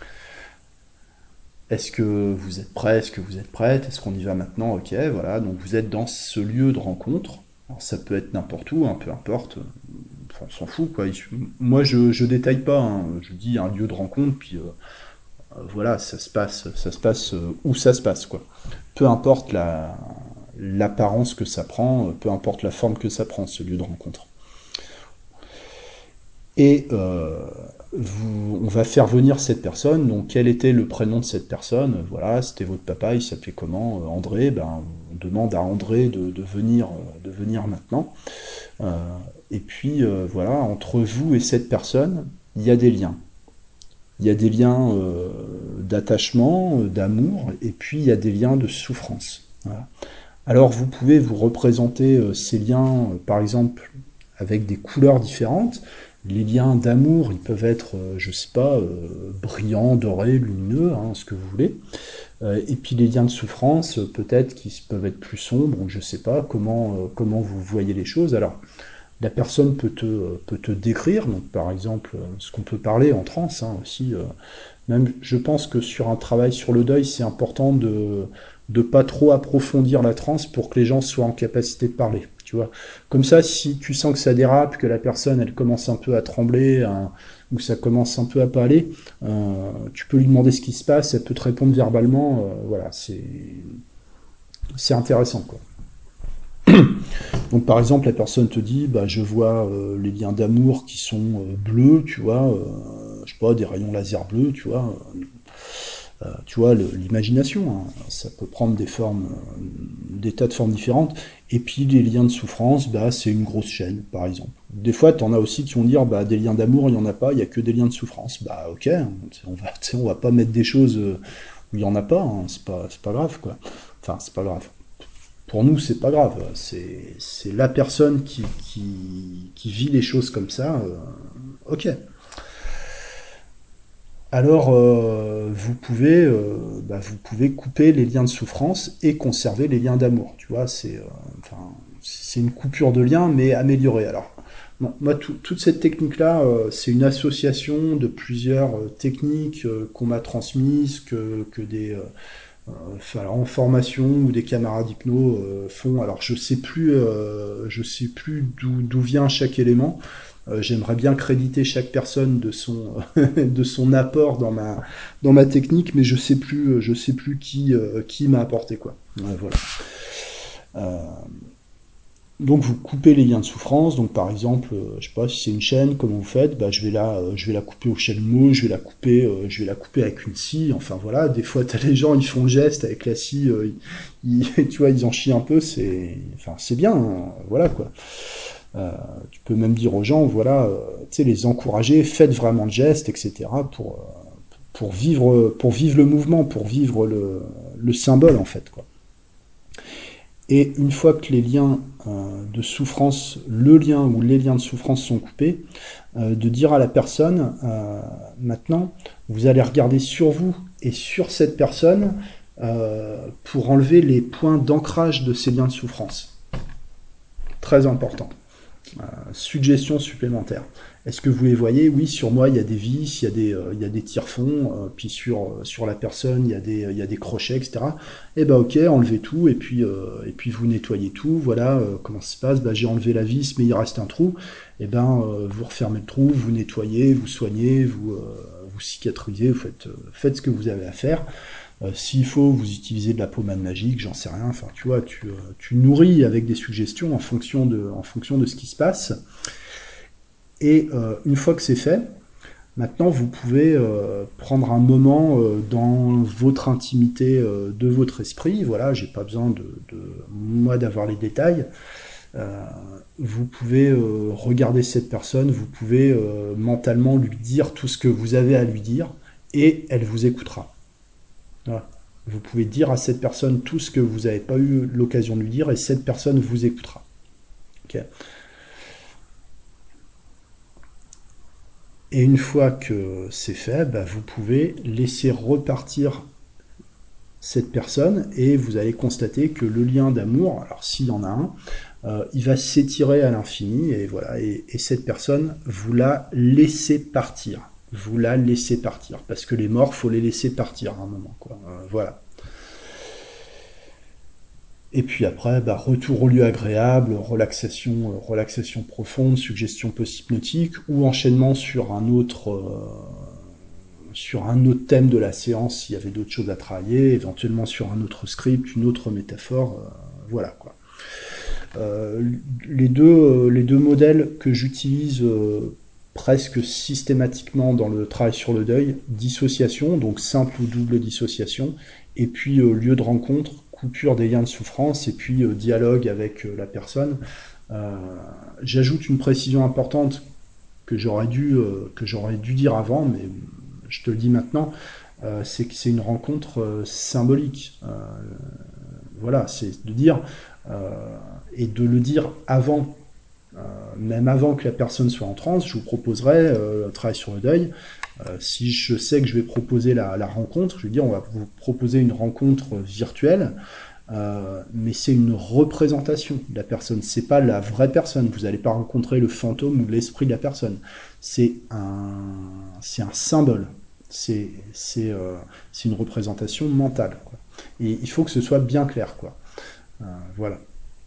Est-ce que vous êtes prêt? Est-ce que vous êtes prête? Est-ce qu'on y va maintenant? Ok, voilà. Donc vous êtes dans ce lieu de rencontre. Alors, ça peut être n'importe où, hein, peu importe. Enfin, on s'en fout, quoi. Moi, je détaille pas. Hein. Je dis un lieu de rencontre, puis voilà, ça se passe où ça se passe, quoi. Peu importe l'apparence que ça prend, peu importe la forme que ça prend, ce lieu de rencontre. Et on va faire venir cette personne. Donc, quel était le prénom de cette personne? Voilà, c'était votre papa, il s'appelait comment? André. Ben, on demande à André de venir maintenant. Euh, et puis, voilà, entre vous et cette personne, il y a des liens. Il y a des liens d'attachement, d'amour, et puis il y a des liens de souffrance. Voilà. Alors, vous pouvez vous représenter ces liens, par exemple, avec des couleurs différentes. Les liens d'amour, ils peuvent être, je sais pas, brillants, dorés, lumineux, hein, ce que vous voulez. Et puis les liens de souffrance, peut-être, qui peuvent être plus sombres, ou je sais pas comment vous voyez les choses. Alors, la personne peut te décrire, donc par exemple, ce qu'on peut parler en transe hein, aussi. Même, je pense que sur un travail sur le deuil, c'est important de pas trop approfondir la transe pour que les gens soient en capacité de parler. Tu vois, comme ça, si tu sens que ça dérape, que la personne elle commence un peu à trembler, hein, ou que ça commence un peu à pas aller, tu peux lui demander ce qui se passe, elle peut te répondre verbalement. Voilà, c'est intéressant quoi. Donc par exemple, la personne te dit, bah je vois les liens d'amour qui sont bleus, tu vois, je sais pas, des rayons laser bleus, tu vois, l'imagination, hein, ça peut prendre des formes, des tas de formes différentes. Et puis les liens de souffrance, bah c'est une grosse chaîne, par exemple. Des fois, t'en as aussi qui vont dire, bah des liens d'amour, il y en a pas, il y a que des liens de souffrance. Bah ok, on va pas mettre des choses où il y en a pas, hein, c'est pas grave quoi. Enfin, c'est pas grave. Pour nous, c'est pas grave. C'est la personne qui vit les choses comme ça. Ok. Alors, vous pouvez couper les liens de souffrance et conserver les liens d'amour. Tu vois, enfin, c'est une coupure de liens, mais améliorée. Alors, bon, moi, toute cette technique-là, c'est une association de plusieurs techniques qu'on m'a transmises, que des enfin, en formation ou des camarades hypno font. Alors je sais plus d'où vient chaque élément. J'aimerais bien créditer chaque personne de son de son apport dans ma technique, mais je sais plus qui m'a apporté quoi. Ouais, voilà. Donc vous coupez les liens de souffrance. Donc par exemple, je sais pas si c'est une chaîne, comment vous faites? Bah je vais la couper au chalumeau, je vais la couper avec une scie. Enfin voilà, des fois t'as les gens ils font le geste avec la scie, tu vois ils en chient un peu. Enfin c'est bien, hein, voilà quoi. Tu peux même dire aux gens, voilà, tu sais les encourager, faites vraiment le geste, etc. Pour vivre le mouvement, pour vivre le symbole en fait quoi. Et une fois que les liens de souffrance, le lien ou les liens de souffrance sont coupés, de dire à la personne, maintenant, vous allez regarder sur vous et sur cette personne pour enlever les points d'ancrage de ces liens de souffrance. Très important. Suggestion supplémentaire. Est-ce que vous les voyez? Oui, sur moi, il y a des vis, il y a des tire-fonds, puis sur la personne, il y a des crochets, etc. Et ben ok, enlevez tout, et puis vous nettoyez tout, voilà, comment ça se passe? Ben, j'ai enlevé la vis, mais il reste un trou, et ben vous refermez le trou, vous nettoyez, vous soignez, vous cicatrisez, vous faites ce que vous avez à faire. S'il faut, vous utilisez de la pommade magique, j'en sais rien. Enfin, tu vois, tu nourris avec des suggestions en fonction de ce qui se passe. Et une fois que c'est fait, maintenant vous pouvez prendre un moment dans votre intimité de votre esprit. Voilà, j'ai pas besoin de moi d'avoir les détails. Euh, vous pouvez regarder cette personne, vous pouvez mentalement lui dire tout ce que vous avez à lui dire, et elle vous écoutera. Voilà. Vous pouvez dire à cette personne tout ce que vous n'avez pas eu l'occasion de lui dire et cette personne vous écoutera. Okay. Et une fois que c'est fait, bah, vous pouvez laisser repartir cette personne et vous allez constater que le lien d'amour, alors s'il y en a un, il va s'étirer à l'infini et voilà. Et cette personne, vous la laissez partir. Vous la laissez partir parce que les morts, faut les laisser partir à un moment, quoi. Voilà. Et puis après, bah, retour au lieu agréable, relaxation profonde, suggestion post-hypnotique, ou enchaînement sur un autre thème de la séance s'il y avait d'autres choses à travailler, éventuellement sur un autre script, une autre métaphore, voilà quoi. Euh, les deux modèles que j'utilise presque systématiquement dans le travail sur le deuil, dissociation, donc simple ou double dissociation, et puis lieu de rencontre, coupure des liens de souffrance, et puis dialogue avec la personne. Euh, J'ajoute une précision importante que j'aurais dû dire avant, mais je te le dis maintenant, c'est que c'est une rencontre symbolique. Voilà, c'est de dire euh, et de le dire avant, même avant que la personne soit en transe. Je vous proposerai travail sur le deuil. Si je sais que je vais proposer la rencontre, je vais dire on va vous proposer une rencontre virtuelle. Mais c'est une représentation de la personne, c'est pas la vraie personne. Vous n'allez pas rencontrer le fantôme ou l'esprit de la personne. C'est un symbole. C'est une représentation mentale, quoi. Et il faut que ce soit bien clair, quoi. Voilà.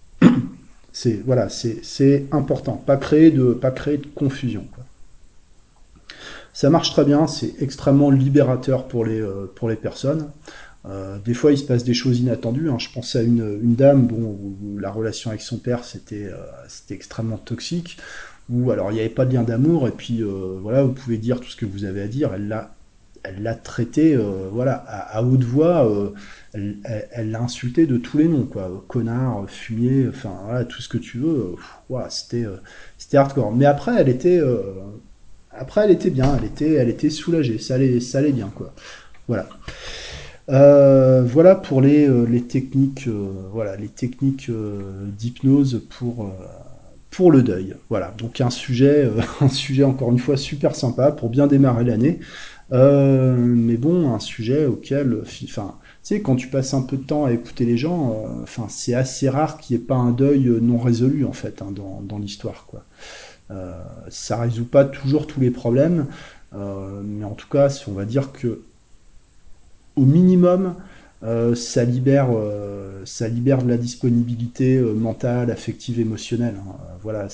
C'est important. Pas créer de confusion, quoi. Ça marche très bien, c'est extrêmement libérateur pour les personnes. Des fois, il se passe des choses inattendues, hein. Je pensais à une dame, bon, où la relation avec son père c'était extrêmement toxique. Où alors il n'y avait pas de lien d'amour et puis voilà, vous pouvez dire tout ce que vous avez à dire. Elle l'a traité voilà à haute voix. Elle l'a insulté de tous les noms, quoi. Connard, fumier, enfin voilà, tout ce que tu veux. Voilà, c'était hardcore. Mais après elle était bien, elle était soulagée, ça allait bien, quoi. Voilà. Voilà pour les techniques, voilà, les techniques d'hypnose pour le deuil. Voilà, donc un sujet, un sujet encore une fois super sympa pour bien démarrer l'année. Mais bon, un sujet auquel, enfin, tu sais, quand tu passes un peu de temps à écouter les gens, enfin, c'est assez rare qu'il n'y ait pas un deuil non résolu en fait hein, dans l'histoire, quoi. Ça résout pas toujours tous les problèmes, mais en tout cas, on va dire que au minimum, ça libère de la disponibilité mentale, affective, émotionnelle, hein. Voilà,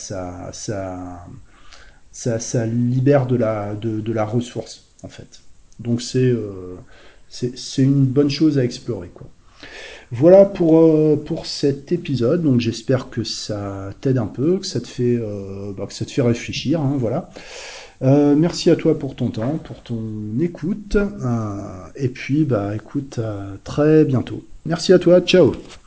ça libère de la ressource, en fait. Donc c'est une bonne chose à explorer, quoi. Voilà pour cet épisode. Donc j'espère que ça t'aide un peu, que ça te fait réfléchir, hein, voilà. Merci à toi pour ton temps, pour ton écoute. Et puis, bah, écoute, à très bientôt. Merci à toi, ciao.